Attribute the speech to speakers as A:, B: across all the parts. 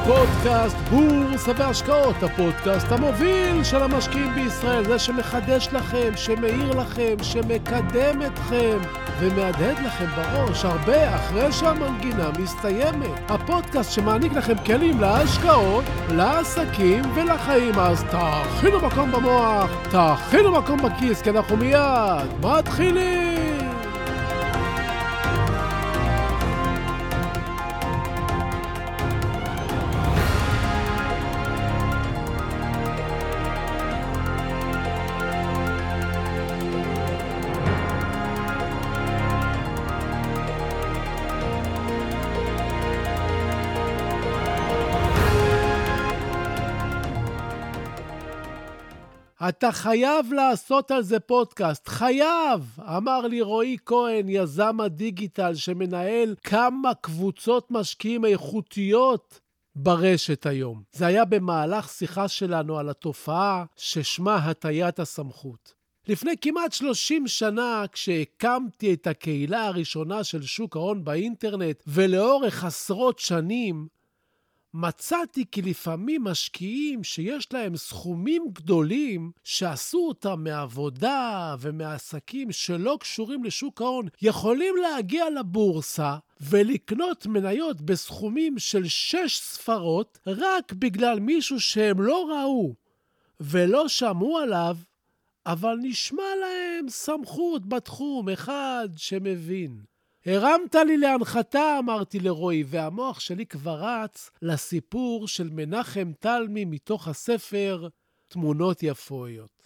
A: לפודקאסט בורסה והשקעות, הפודקאסט המוביל של המשקיעים בישראל, זה שמחדש לכם, שמאיר לכם, שמקדם אתכם ומהדהד לכם בראש הרבה אחרי שהמנגינה מסתיימת. הפודקאסט שמעניק לכם כלים להשקעות, לעסקים ולחיים. אז תכינו מקום במוח, תכינו מקום בכיס, כי אנחנו מיד מתחילים. אתה חייב לעשות על זה פודקאסט, חייב, אמר לי רועי כהן, יזם הדיגיטל שמנהל כמה קבוצות משקיעים איכותיות ברשת היום. זה היה במהלך שיחה שלנו על התופעה ששמה הטיית הסמכות. לפני כמעט 30 שנה, כשהקמתי את הקהילה הראשונה של שוק ההון באינטרנט, ולאורך עשרות שנים, מצאתי כי לפעמים משקיעים שיש להם סכומים גדולים שעשו אותם מעבודה ומעסקים שלא קשורים לשוק ההון, יכולים להגיע לבורסה ולקנות מניות בסכומים של 6 ספרות רק בגלל מישהו שהם לא ראו ולא שמעו עליו, אבל נשמע להם סמכות בתחום, אחד שמבין. הרמת לי להנחתה, אמרתי לרועי, והמוח שלי כבר רץ לסיפור של מנחם תלמי מתוך הספר תמונות יפויות.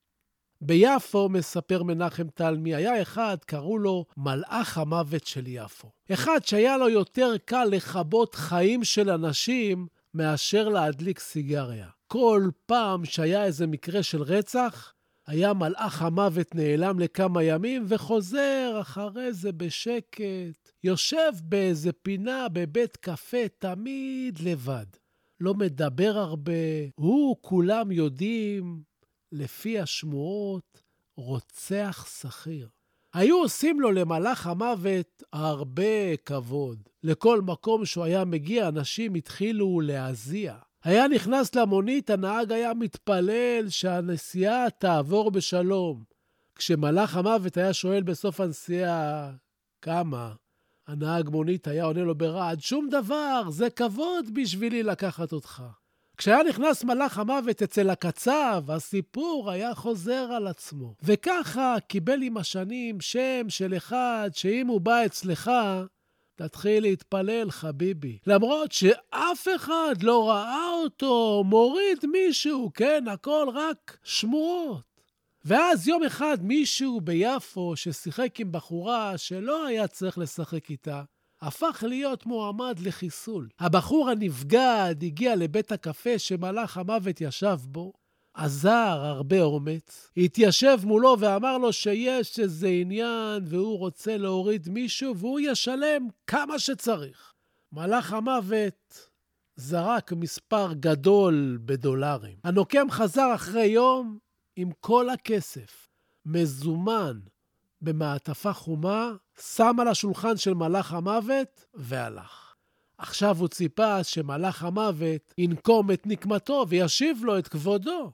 A: ביפו, מספר מנחם תלמי, היה אחד, קראו לו מלאך המוות של יפו. אחד שהיה לו יותר קל לכבות חיים של אנשים מאשר להדליק סיגריה. כל פעם שהיה איזה מקרה של רצח, היה מלאך המוות נעלם לכמה ימים וחוזר אחרי זה בשקט. יושב באיזה פינה בבית קפה תמיד לבד. לא מדבר הרבה. הוא, כולם יודעים, לפי השמועות, רוצח שכיר. היו עושים לו למלאך המוות הרבה כבוד. לכל מקום שהוא היה מגיע, אנשים התחילו להזיע. היה נכנס למונית, הנהג היה מתפלל שהנסיעה תעבור בשלום. כשמלאך המוות היה שואל בסוף הנסיעה, כמה? הנהג מונית היה עונה לו ברעד, שום דבר, זה כבוד בשבילי לקחת אותך. כשהיה נכנס מלאך המוות אצל הקצב, הסיפור היה חוזר על עצמו. וככה קיבל עם השנים שם של אחד שאם הוא בא אצלך, תתחיל להתפלל, חביבי. למרות שאף אחד לא ראה אותו, מוריד מישהו, כן, הכל רק שמועות. ואז יום אחד מישהו ביפו ששיחק עם בחורה שלא היה צריך לשחק איתה, הפך להיות מועמד לחיסול. הבחור הנפגד הגיע לבית הקפה שמלאך המוות ישב בו, עזר הרבה אומץ, התיישב מולו ואמר לו שיש איזה עניין והוא רוצה להוריד מישהו והוא ישלם כמה שצריך. מלאך המוות זרק מספר גדול בדולרים. הנוקם חזר אחרי יום עם כל הכסף, מזומן במעטפה חומה, שם על השולחן של מלאך המוות והלך. עכשיו הוא ציפה שמלאך המוות ינקום את נקמתו וישיב לו את כבודו.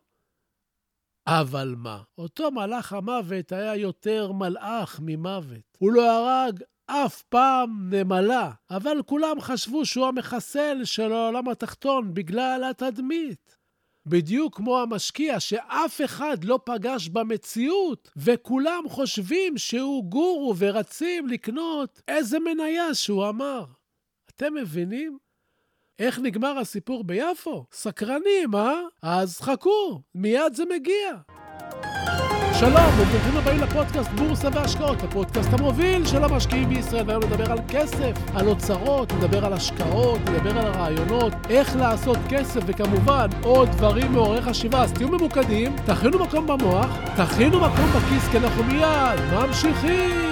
A: אבל מה? אותו מלאך המוות היה יותר מלאך ממוות. הוא לא הרג אף פעם נמלה, אבל כולם חשבו שהוא המחסל של העולם התחתון בגלל התדמית. בדיוק כמו המשקיע שאף אחד לא פגש במציאות, וכולם חושבים שהוא גורו ורצים לקנות איזה מניה שהוא אמר. אתם מבינים? איך נגמר הסיפור ביפו? סקרנים, אז חכו, מיד זה מגיע. שלום, וברוכים הבאים לפודקאסט בורסה והשקעות, הפודקאסט המוביל של המשקיעים בישראל. והיום נדבר על כסף, על אוצרות, נדבר על השקעות, נדבר על הרעיונות, איך לעשות כסף, וכמובן עוד דברים מעוררי חשיבה. אז תהיו ממוקדים, תכינו מקום במוח, תכינו מקום בכיס, כי אנחנו מיד ממשיכים.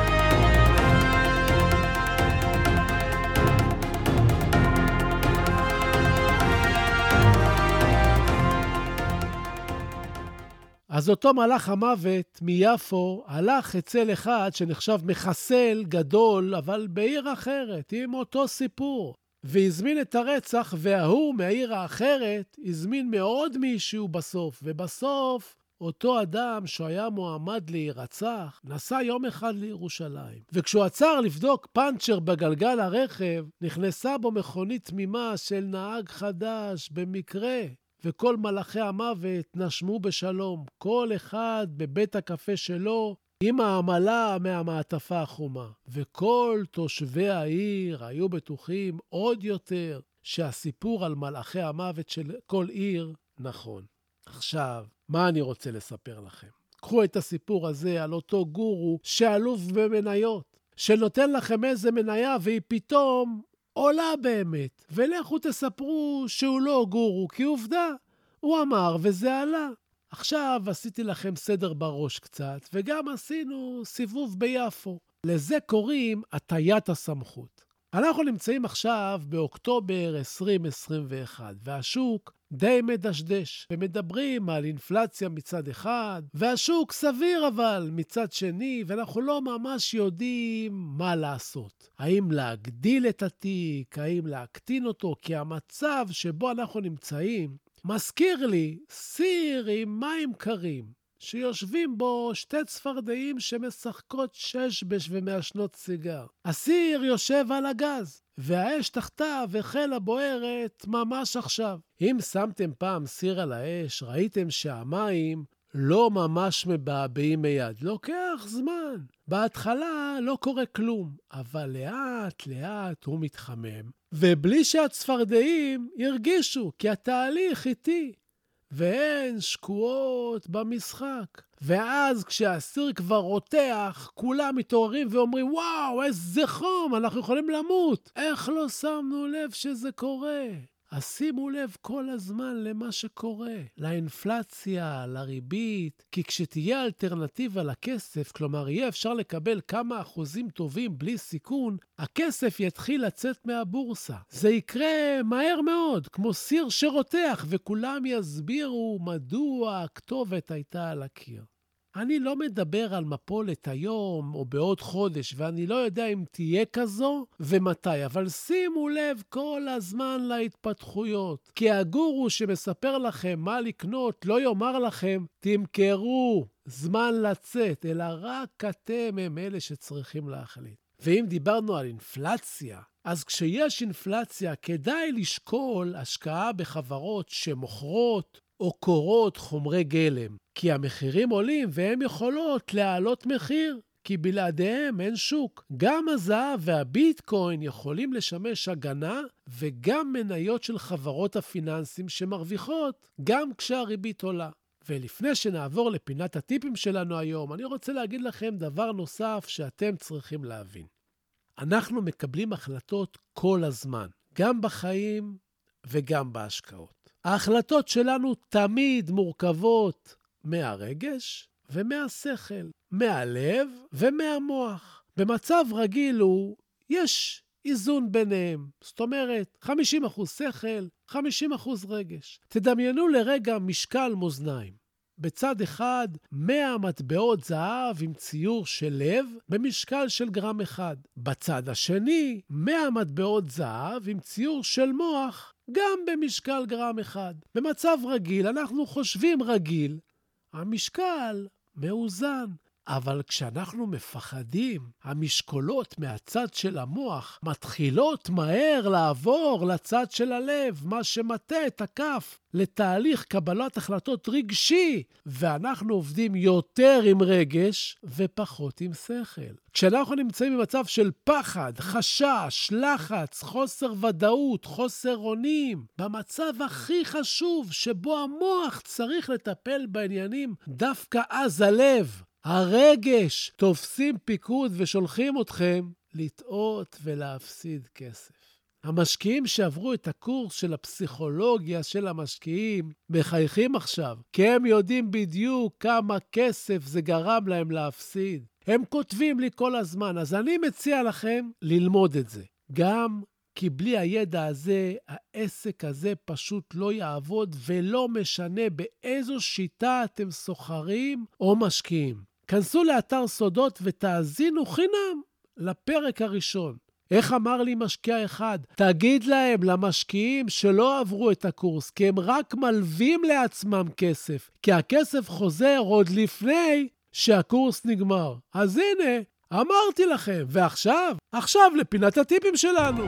A: אז אותו מלאך המוות מיפו הלך אצל אחד שנחשב מחסל גדול, אבל בעיר אחרת, עם אותו סיפור. והזמין את הרצח, וההוא מהעיר האחרת הזמין מעוד מישהו בסוף, ובסוף אותו אדם שהיה מועמד להירצח, נסע יום אחד לירושלים. וכשהוא עצר לבדוק פנצ'ר בגלגל הרכב, נכנסה בו מכונית תמימה של נהג חדש במקרה, וכל מלאכי המוות נשמו בשלום, כל אחד בבית הקפה שלו, עם העמלה מהמעטפה החומה. וכל תושבי העיר היו בטוחים עוד יותר שהסיפור על מלאכי המוות של כל עיר נכון. עכשיו, מה אני רוצה לספר לכם? קחו את הסיפור הזה על אותו גורו שאלוף במניות, שנותן לכם איזה מניה והיא פתאום עולה באמת, ולכו תספרו שהוא לא גורו, כי עובדה, הוא אמר וזה עלה. עכשיו עשיתי לכם סדר בראש קצת, וגם עשינו סיבוב ביפו. לזה קוראים הטיית הסמכות. אנחנו נמצאים עכשיו באוקטובר 2021, והשוק די מדשדש, ומדברים על אינפלציה מצד אחד, והשוק סביר אבל מצד שני, ואנחנו לא ממש יודעים מה לעשות. האם להגדיל את התיק, האם להקטין אותו, כי המצב שבו אנחנו נמצאים מזכיר לי סיר עם מים קרים, שיושבים בו שתי צפרדעים שמשחקות ששבש ומעשנות סיגר. הסיר יושב על הגז, והאש תחתיו החלה בוערת ממש עכשיו. אם שמתם פעם סיר על האש, ראיתם שהמים לא ממש מבעבעים מיד. לוקח זמן. בהתחלה לא קורה כלום, אבל לאט לאט הוא מתחמם, ובלי שהצפרדעים ירגישו, כי התהליך איטי. ואין שקועות במשחק. ואז כשהסיר כבר רותח, כולם מתעוררים ואומרים, וואו, איזה חום, אנחנו יכולים למות. איך לא שמנו לב שזה קורה? אז שימו לב כל הזמן למה שקורה, לאינפלציה, לריבית, כי כשתהיה אלטרנטיבה לכסף, כלומר יהיה אפשר לקבל כמה אחוזים טובים בלי סיכון, הכסף יתחיל לצאת מהבורסה. זה יקרה מהר מאוד, כמו סיר שרותח, וכולם יסבירו מדוע הכתובת הייתה על הקיר. אני לא מדבר על מפולת היום או בעוד חודש, ואני לא יודע אם תהיה כזו ומתי, אבל שימו לב כל הזמן להתפתחויות. כי הגורו שמספר לכם מה לקנות לא יאמר לכם, תמכרו, זמן לצאת, אלא רק אתם הם אלה שצריכים להחליט. ואם דיברנו על אינפלציה, אז כשיש אינפלציה כדאי לשקול השקעה בחברות שמוכרות או קורות חומרי גלם. כי המחירים עולים והן יכולות להעלות מחיר, כי בלעדיהם אין שוק. גם הזהב והביטקוין יכולים לשמש הגנה, וגם מניות של חברות הפיננסים שמרוויחות, גם כשהריבית עולה. ולפני שנעבור לפינת הטיפים שלנו היום, אני רוצה להגיד לכם דבר נוסף שאתם צריכים להבין. אנחנו מקבלים החלטות כל הזמן, גם בחיים וגם בהשקעות. ההחלטות שלנו תמיד מורכבות מהרגש ומהשכל, מהלב ומהמוח. במצב רגיל יש איזון ביניהם. זאת אומרת, 50% שכל, 50% רגש. תדמיינו לרגע משקל מאזניים. בצד אחד 100 מטבעות זהב עם ציור של לב במשקל של גרם אחד. בצד השני 100 מטבעות זהב עם ציור של מוח גם במשקל גרם אחד. במצב רגיל אנחנו חושבים רגיל, המשקל מאוזן. אבל כשאנחנו מפחדים, המשקולות מהצד של המוח מתחילות מהר לעבור לצד של הלב, מה שמטה את הכף לתהליך קבלת החלטות רגשי, ואנחנו עובדים יותר עם רגש ופחות עם שכל. כשאנחנו נמצאים במצב של פחד, חשש, לחץ, חוסר ודאות, חוסר אונים, במצב הכי חשוב שבו המוח צריך לטפל בעניינים, דווקא אז הלב, הרגש, תופסים פיקוד ושולחים אתכם לטעות ולהפסיד כסף. המשקיעים שעברו את הקורס של הפסיכולוגיה של המשקיעים מחייכים עכשיו, כי הם יודעים בדיוק כמה כסף זה גרם להם להפסיד. הם כותבים לי כל הזמן, אז אני מציע לכם ללמוד את זה. גם כי בלי הידע הזה, העסק הזה פשוט לא יעבוד, ולא משנה באיזו שיטה אתם סוחרים או משקיעים. כנסו לאתר סודות ותאזינו חינם לפרק הראשון. איך אמר לי משקיע אחד? תגיד להם, למשקיעים שלא עברו את הקורס, כי הם רק מלווים לעצמם כסף, כי הכסף חוזר עוד לפני שהקורס נגמר. אז הנה, אמרתי לכם, ועכשיו לפינת הטיפים שלנו.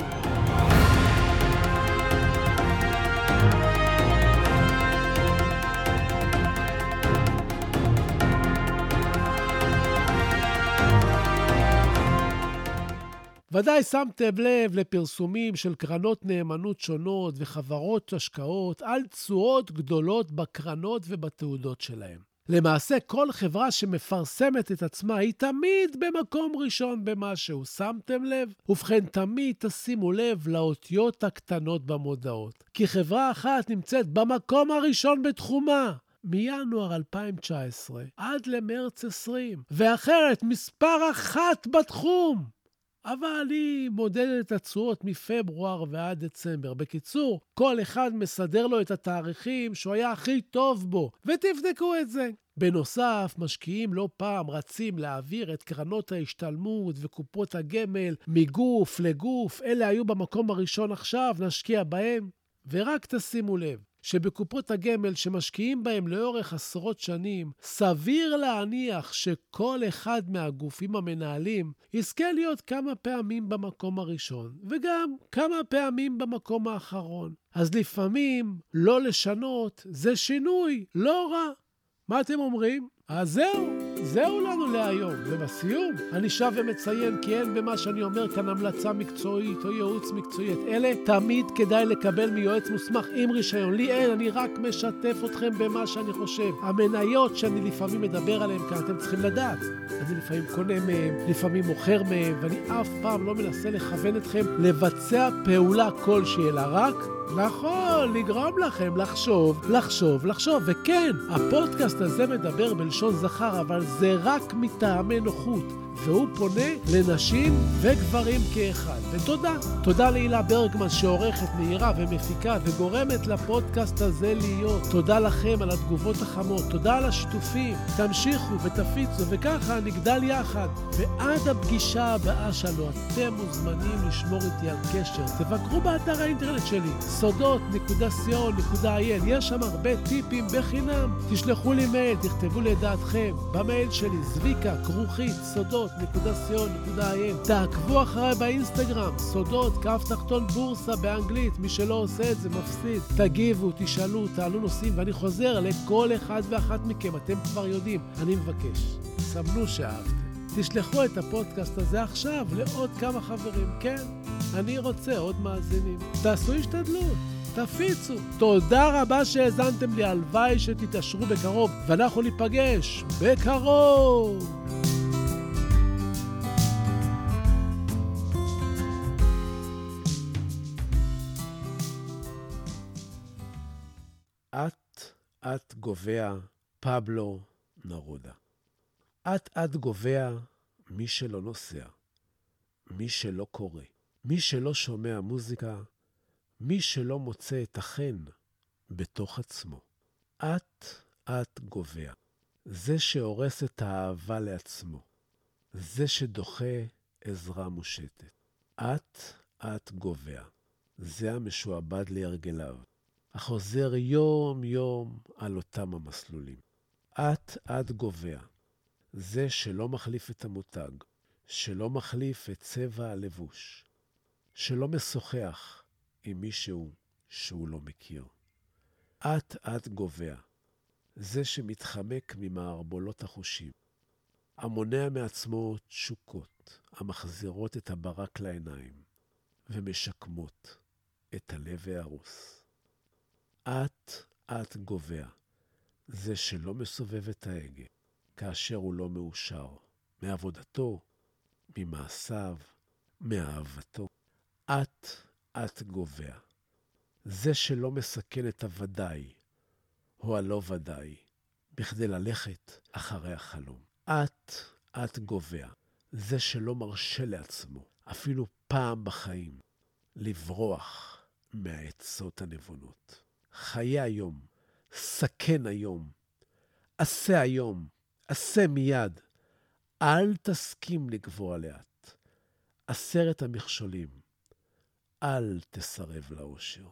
A: ודאי שמתם לב לפרסומים של קרנות נאמנות שונות וחברות השקעות על תשואות גדולות בקרנות ובתעודות שלהם. למעשה, כל חברה שמפרסמת את עצמה היא תמיד במקום ראשון במשהו. שמתם לב? ובכן, תמיד תשימו לב לאותיות הקטנות במודעות. כי חברה אחת נמצאת במקום הראשון בתחומה. מינואר 2019 עד למרץ 20, ואחרת מספר אחת בתחום. אבל היא מודדת את התשואות מפברואר ועד דצמבר. בקיצור, כל אחד מסדר לו את התאריכים שהוא היה הכי טוב בו, ותבדקו את זה. בנוסף, משקיעים לא פעם רצים להעביר את קרנות ההשתלמות וקופות הגמל מגוף לגוף. אלה היו במקום הראשון עכשיו, נשקיע בהם. ורק תשימו לב, שבקופות הגמל שמשקיעים בהם לאורך עשרות שנים, סביר להניח שכל אחד מהגופים המנהלים יזכה להיות כמה פעמים במקום הראשון, וגם כמה פעמים במקום האחרון. אז לפעמים לא לשנות זה שינוי, לא רע. מה אתם אומרים? אז זהו לנו להיום. ובסיום, אני שב ומציין כי אין במה שאני אומר כאן המלצה מקצועית או ייעוץ מקצועי. את אלה תמיד כדאי לקבל מיועץ מוסמך עם רישיון. לי אין, אני רק משתף אתכם במה שאני חושב. המניות שאני לפעמים מדבר עליהן כאן, אתם צריכים לדעת. אני לפעמים קונה מהם, לפעמים מוכר מהם, ואני אף פעם לא מנסה לכוון אתכם לבצע פעולה כלשהי, אלא רק נכון, לגרום לכם לחשוב. וכן, הפודקאסט הזה מדבר בלשון זכר, אבל זה רק מטעמי נוחות, והוא פונה לנשים וגברים כאחד. תודה להילה ברגמן שעורכת, מהירה ומפיקה וגורמת לפודקאסט הזה להיות. תודה לכם על התגובות החמות, תודה על השיתופים. תמשיכו ותפיצו, וככה נגדל יחד. ועד הפגישה הבאה שלו, אתם מוזמנים לשמור איתי על קשר. תבקרו באתר האינטרנט שלי, sodot.co.il. יש שם הרבה טיפים בחינם. תשלחו לי מייל, תכתבו לי את דעתכם. במייל שלי, zvika@sodot.co.il. תעקבו אחריי באינסטגרם, סודות, בורסה באנגלית. מי שלא עושה את זה מפסיד. תגיבו, תשאלו, תעלו נושאים, ואני חוזר לכל אחד ואחת מכם. אתם כבר יודעים, אני מבקש, סמנו שאהבתם. תשלחו את הפודקאסט הזה עכשיו לעוד כמה חברים. כן, אני רוצה עוד מאזינים. תעשו השתדלות, תפיצו. תודה רבה שהאזנתם לי, הלוואי שתתעשרו בקרוב, ואנחנו ניפגש בקרוב. את גובע, פבלו נרודה. את גובע מי שלא נוסע, מי שלא קורא, מי שלא שומע מוזיקה, מי שלא מוצא את החן בתוך עצמו. את גובע. זה שהורס את האהבה לעצמו. זה שדוחה עזרה מושטת. את גובע. זה המשועבד להרגליו. החוזר יום יום על אותם המסלולים. את גובע. זה שלא מחליף את המותג, שלא מחליף את צבע הלבוש, שלא משוחח עם מישהו שהוא לא מכיר. את גובע. זה שמתחמק ממערבולות החושים, המונע מעצמו תשוקות, המחזירות את הברק לעיניים, ומשקמות את הלב ההרוס. את גובע. זה שלא מסובב את ההגה, כאשר הוא לא מאושר, מעבודתו, ממעשיו, מאהבתו. את גובע. זה שלא מסכן את הוודאי, או הלא ודאי, בכדי ללכת אחרי החלום. את גובע. זה שלא מרשה לעצמו, אפילו פעם בחיים, לברוח מהעצות הנבונות. חיה היום, סכן היום, עשה היום, עשה מיד. אל תסכים לגבוה לאט. 10 המכשולים. אל תסרב לאושר.